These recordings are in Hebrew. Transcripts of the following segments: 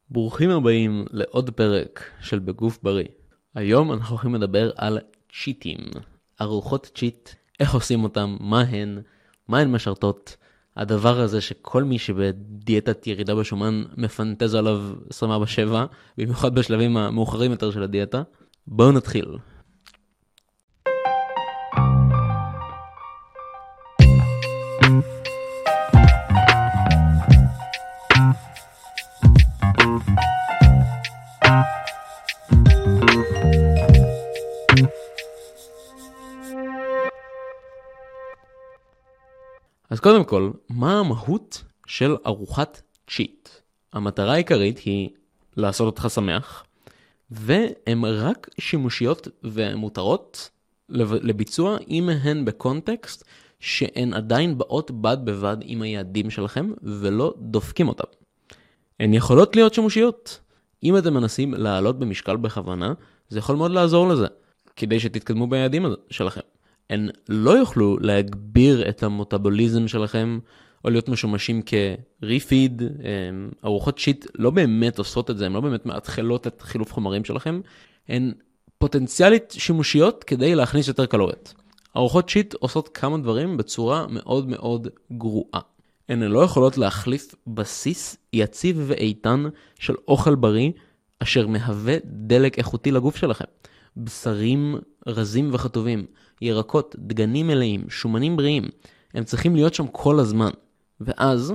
ברוכים הבאים לעוד פרק של בגוף בריא. היום אנחנו הולכים לדבר על צ'יטים, ארוחות צ'יט, איך עושים אותם, מה הן משרתות, הדבר הזה שכל מי שבדיאטת ירידה בשומן מפנטז עליו 24/7, במיוחד בשלבים המאוחרים יותר של הדיאטה. בואו נתחיל. אז קודם כל, מה המהות של ארוחת צ'יט? המטרה העיקרית היא לעשות אותך שמח, והן רק שימושיות ומותרות לביצוע אם הן בקונטקסט שהן עדיין באות בד בבד עם היעדים שלכם ולא דופקים אותם. הן יכולות להיות שימושיות. אם אתם מנסים לעלות במשקל בכוונה, זה יכול מאוד לעזור לזה, כדי שתתקדמו ביעדים שלכם. הן לא יוכלו להגביר את המטאבוליזם שלכם, או להיות משומשים כריפיד. ארוחות צ'יט לא באמת עושות את זה, הן לא באמת מאתחלות את חילוף חומרים שלכם, הן פוטנציאלית שימושיות כדי להכניס יותר קלוריות. ארוחות צ'יט עושות כמה דברים בצורה מאוד מאוד גרועה. הן לא יכולות להחליף בסיס יציב ואיתן של אוכל בריא, אשר מהווה דלק איכותי לגוף שלכם. בשרים רזים וחטובים, ירקות, דגנים מלאים, שומנים בריאים, הם צריכים להיות שם כל הזמן. ואז,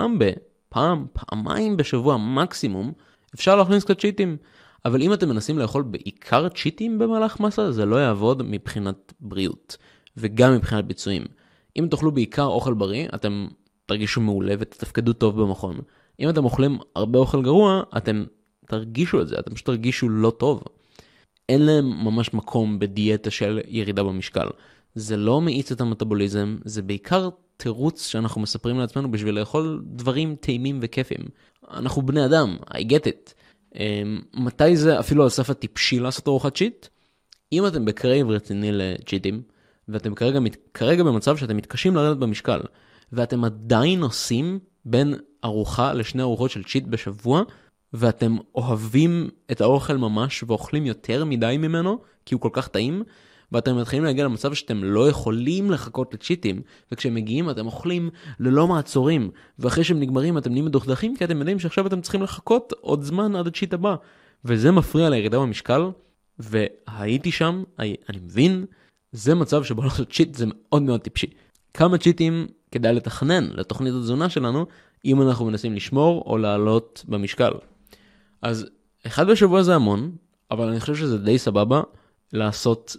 פעמיים בשבוע מקסימום, אפשר להכניס קצת צ'יטים. אבל אם אתם מנסים לאכול בעיקר צ'יטים במהלך מסע, זה לא יעבוד מבחינת בריאות, וגם מבחינת ביצועים. אם תאכלו בעיקר אוכל בריא, אתם תרגישו מעולה ותתפקדו טוב במכון. אם אתם אוכלים הרבה אוכל גרוע, אתם תרגישו את זה, אתם פשוט תרגישו לא טוב. אין להם ממש מקום בדיאטה של ירידה במשקל. זה לא מאיץ את המטאבוליזם, זה בעיקר תירוץ שאנחנו מספרים לעצמנו בשביל לאכול דברים טעימים וכיפים. אנחנו בני אדם, I get it. מתי זה אפילו על סף הטיפשי לעשות ארוחת צ'יט? אם אתם בקרייב רציני לצ'יטים, ואתם כרגע במצב שאתם מתקשים לרדת במשקל, ואתם עדיין עושים בין ארוחה לשני ארוחות של צ'יט בשבוע, ואתם אוהבים את האוכל ממש ואוכלים יותר מדי ממנו, כי הוא כל כך טעים, ואתם מתחילים להגיע למצב שאתם לא יכולים לחכות לצ'יטים, וכשהם מגיעים אתם אוכלים ללא מעצורים, ואחרי שהם נגמרים אתם נהיים מדוכדכים, כי אתם יודעים שעכשיו אתם צריכים לחכות עוד זמן עד הצ'יט הבא, וזה מפריע לירידה במשקל, והייתי שם, אני מבין, זה מצב שבו לעשות צ'יט זה מאוד מאוד טיפשי. כמה צ'יטים כדאי לתכנן לתוכנית התזונה שלנו, אם אנחנו מנסים לשמור או לעלות במשקל. אז אחד בשבוע זה המון, אבל אני חושב שזה די סבבה לעשות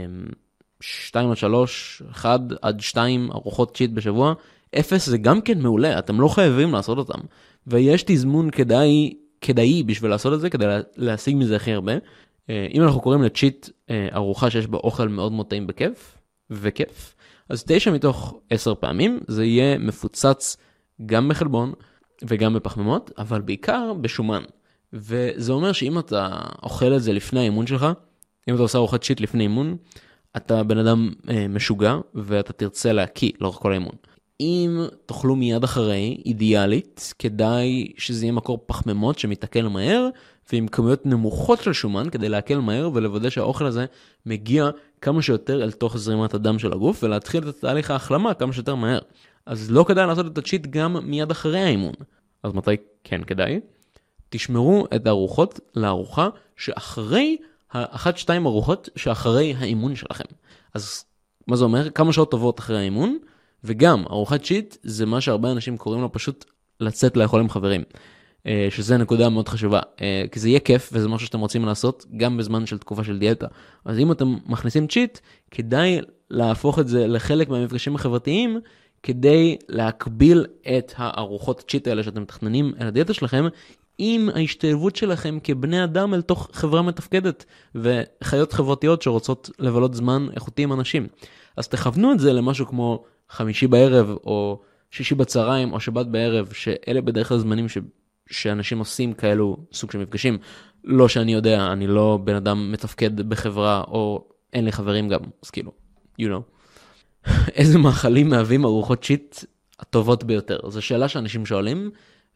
2-3, 1-2 ארוחות צ'יט בשבוע. 0 זה גם כן מעולה, אתם לא חייבים לעשות אותם. ויש תזמון כדאי בשביל לעשות את זה, כדי להשיג מזה הכי הרבה. אם אנחנו קוראים לצ'יט ארוחה שיש בה אוכל מאוד מאוד טעים וכיף, אז 9 מתוך 10 פעמים זה יהיה מפוצץ גם בחלבון וגם בפחמימות, אבל בעיקר בשומן. וזה אומר שאם אתה אוכל את זה לפני האימון שלך, אם אתה עושה ארוחת צ'יט לפני אימון, אתה בן אדם משוגע, ואתה תרצה להקיא לאורך כל האימון. אם תאכלו מיד אחרי, אידיאלית, כדאי שזה יהיה מקור פחמימות שמתעכל מהר, ועם כמויות נמוכות של שומן, כדי להקל מהר ולוודא שהאוכל הזה מגיע כמה שיותר אל תוך זרימת הדם של הגוף, ולהתחיל את תהליך ההחלמה כמה שיותר מהר. אז לא כדאי לעשות את הצ'יט גם מיד אחרי האימון. אז מתי כן כדאי? תשמרו את הארוחות לארוחה שאחרי, 1-2 ארוחות שאחרי האימון שלכם. אז מה זה אומר? כמה שעות טובות אחרי האימון, וגם ארוחת צ'יט זה מה שהרבה אנשים קוראים לו פשוט לצאת לאכול עם חברים. שזה נקודה מאוד חשובה, כי זה יהיה כיף וזה משהו שאתם רוצים לעשות גם בזמן של תקופה של דיאטה. אז אם אתם מכניסים צ'יט, כדאי להפוך את זה לחלק מהמפגשים החברתיים, כדי להקביל את הארוחות צ'יט האלה שאתם מתכננים על הדיאטה שלכם, עם ההשתלבות שלכם כבני אדם אל תוך חברה מתפקדת, וחיות חברתיות שרוצות לבלות זמן איכותי עם אנשים. אז תכוונו את זה למשהו כמו 5 בערב, או 6 בצהריים, או שבת בערב, שאלה בדרך כלל זמנים שאנשים עושים כאלו סוג של מפגשים. לא שאני יודע, אני לא בן אדם מתפקד בחברה, או אין לי חברים גם, אז כאילו, you know. איזה מאכלים מהווים ארוחות צ'יט הטובות ביותר? זו שאלה שאנשים שואלים,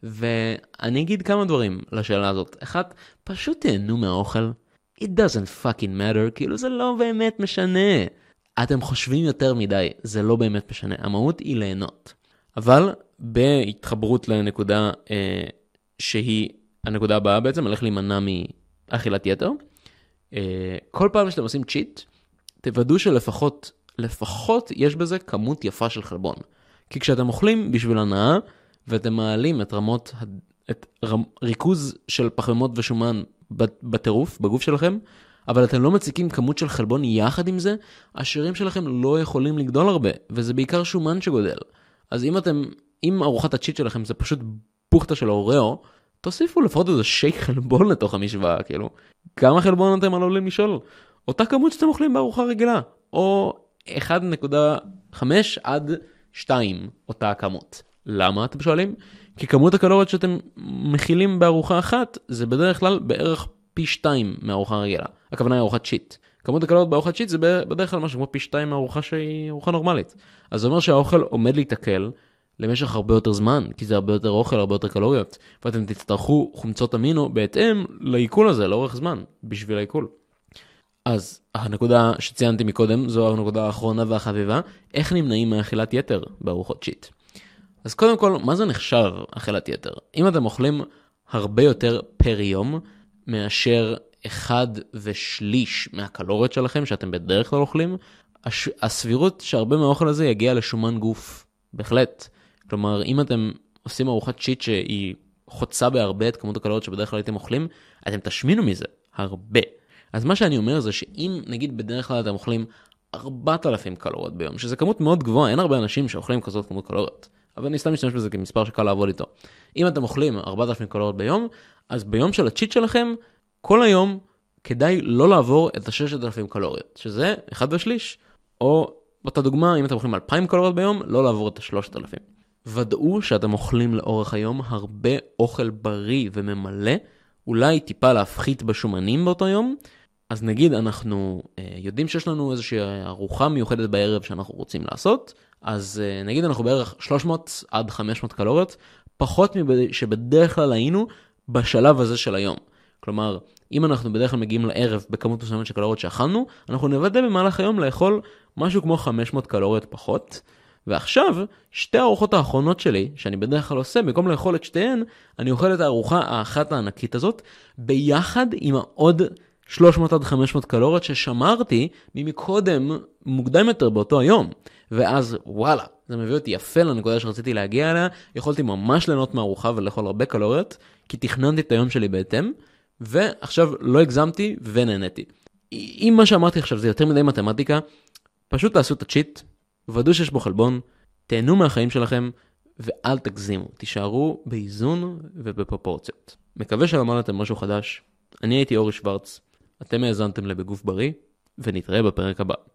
ואני אגיד כמה דברים לשאלה הזאת. אחד, פשוט תהנו מהאוכל. It doesn't fucking matter, כאילו זה לא באמת משנה. אתם חושבים יותר מדי, זה לא באמת משנה. המהות היא ליהנות. אבל בהתחברות לנקודה שהיא הנקודה הבאה בעצם, הולך להימנע מאכילת יתר. כל פעם שאתם עושים צ'יט, תוודאו שלפחות יש בזה כמות יפה של חלבון. כי כשאתם אוכלים בשביל הנאה, ואתם מעלים את ריכוז של פחמימות ושומן בטירוף, בגוף שלכם, אבל אתם לא מציקים כמות של חלבון יחד עם זה, השרירים שלכם לא יכולים לגדול הרבה, וזה בעיקר שומן שגודל. אז אם ארוחת הצ'יט שלכם זה פשוט בוכתה של אוריאו, תוסיפו לפחות איזה שייק חלבון לתוך המשוואה, כאילו. כמה חלבון אתם עלולים לשאול? אותה כמות שאתם אוכלים בארוחה רגילה, או 1.5 עד 2 אותה כמות. למה אתם שואלים? כי כמות הקלוריות שאתם מכילים בארוחה אחת, זה בדרך כלל בערך פי 2 מארוחה רגילה. הכוונה היא ארוחת צ'יט. כמות הקלוריות בארוחת צ'יט זה בדרך כלל משהו כמו פי 2 מארוחה שהיא ארוחה נורמלית. אז זה אומר שהאוכל עומד להתעכל למשך הרבה יותר זמן, כי זה הרבה יותר אוכל, הרבה יותר קלוריות. ואתם תצטרכו חומצות אמינו בהתאם לעיכול הזה, לאורך זמן, בשביל העיכול. אז הנקודה שציינתי מקודם, זו הנקודה האחרונה והחביבה, איך נמנעים מאכילת יתר בארוחות צ'יט. אז קודם כל, מה זה נחשב אכילת יתר? אם אתם אוכלים הרבה יותר פר יום, מאשר 1/3 מהקלוריות שלכם, שאתם בדרך כלל אוכלים, הסבירות שהרבה מהאוכל הזה יגיע לשומן גוף. בהחלט. כלומר, אם אתם עושים ארוחת צ'יט שהיא חוצה בהרבה את כמות הקלוריות שבדרך כלל הייתם אוכלים, אתם תשמינו מזה הרבה. אז מה שאני אומר זה שאם נגיד בדרך כלל אתם אוכלים 4,000 קלוריות ביום, שזה כמות מאוד גבוהה, אין הרבה אנשים שאוכלים כזאת כמות קלוריות. אבל אני סתם משתמש בזה כמספר שקל לעבוד איתו. אם אתם אוכלים 4,000 קלוריות ביום, אז ביום של הצ'יט שלכם, כל היום כדאי לא לעבור את ה-6,000 קלוריות, שזה 1/3, או באותה דוגמה, אם אתם אוכלים 2,000 קלוריות ביום, לא לעבור את ה-3,000. ודאו שאתם אוכלים לאורך היום הרבה אוכל בריא וממלא, אולי טיפה להפחית בשומנים באותו יום, אז נגיד אנחנו יודעים שיש לנו איזושהי ארוחה מיוחדת בערב שאנחנו רוצים לעשות, אז נגיד אנחנו בערך 300 עד 500 קלוריות, פחות שבדרך כלל היינו בשלב הזה של היום. כלומר, אם אנחנו בדרך כלל מגיעים לערב בכמות מסוימת של קלוריות שאכלנו, אנחנו נוודא במהלך היום לאכול משהו כמו 500 קלוריות פחות, ועכשיו, שתי הארוחות האחרונות שלי, שאני בדרך כלל עושה, במקום לאכול את שתיהן, אני אוכל את הארוחה האחת הענקית הזאת, ביחד עם העוד 300 עד 500 קלוריות ששמרתי ממקודם מוקדם יותר באותו היום. ואז וואלה, זה מביא אותי יפה לנקודה שרציתי להגיע אליה, יכולתי ממש ליהנות מהארוחה ולאכול הרבה קלוריות, כי תכננתי את היום שלי בהתאם, ועכשיו לא הגזמתי ונהניתי. אם מה שאמרתי עכשיו זה יותר מדי מתמטיקה, פשוט תעשו את הצ'יט, ודאו שיש בו חלבון, תהנו מהחיים שלכם, ואל תגזימו, תישארו באיזון ובפרופורציות. מקווה שלמדתם משהו חדש. אני הייתי אורי שוורץ, אתם האזנתם לבגוף בריא, ונתראה בפרק הבא.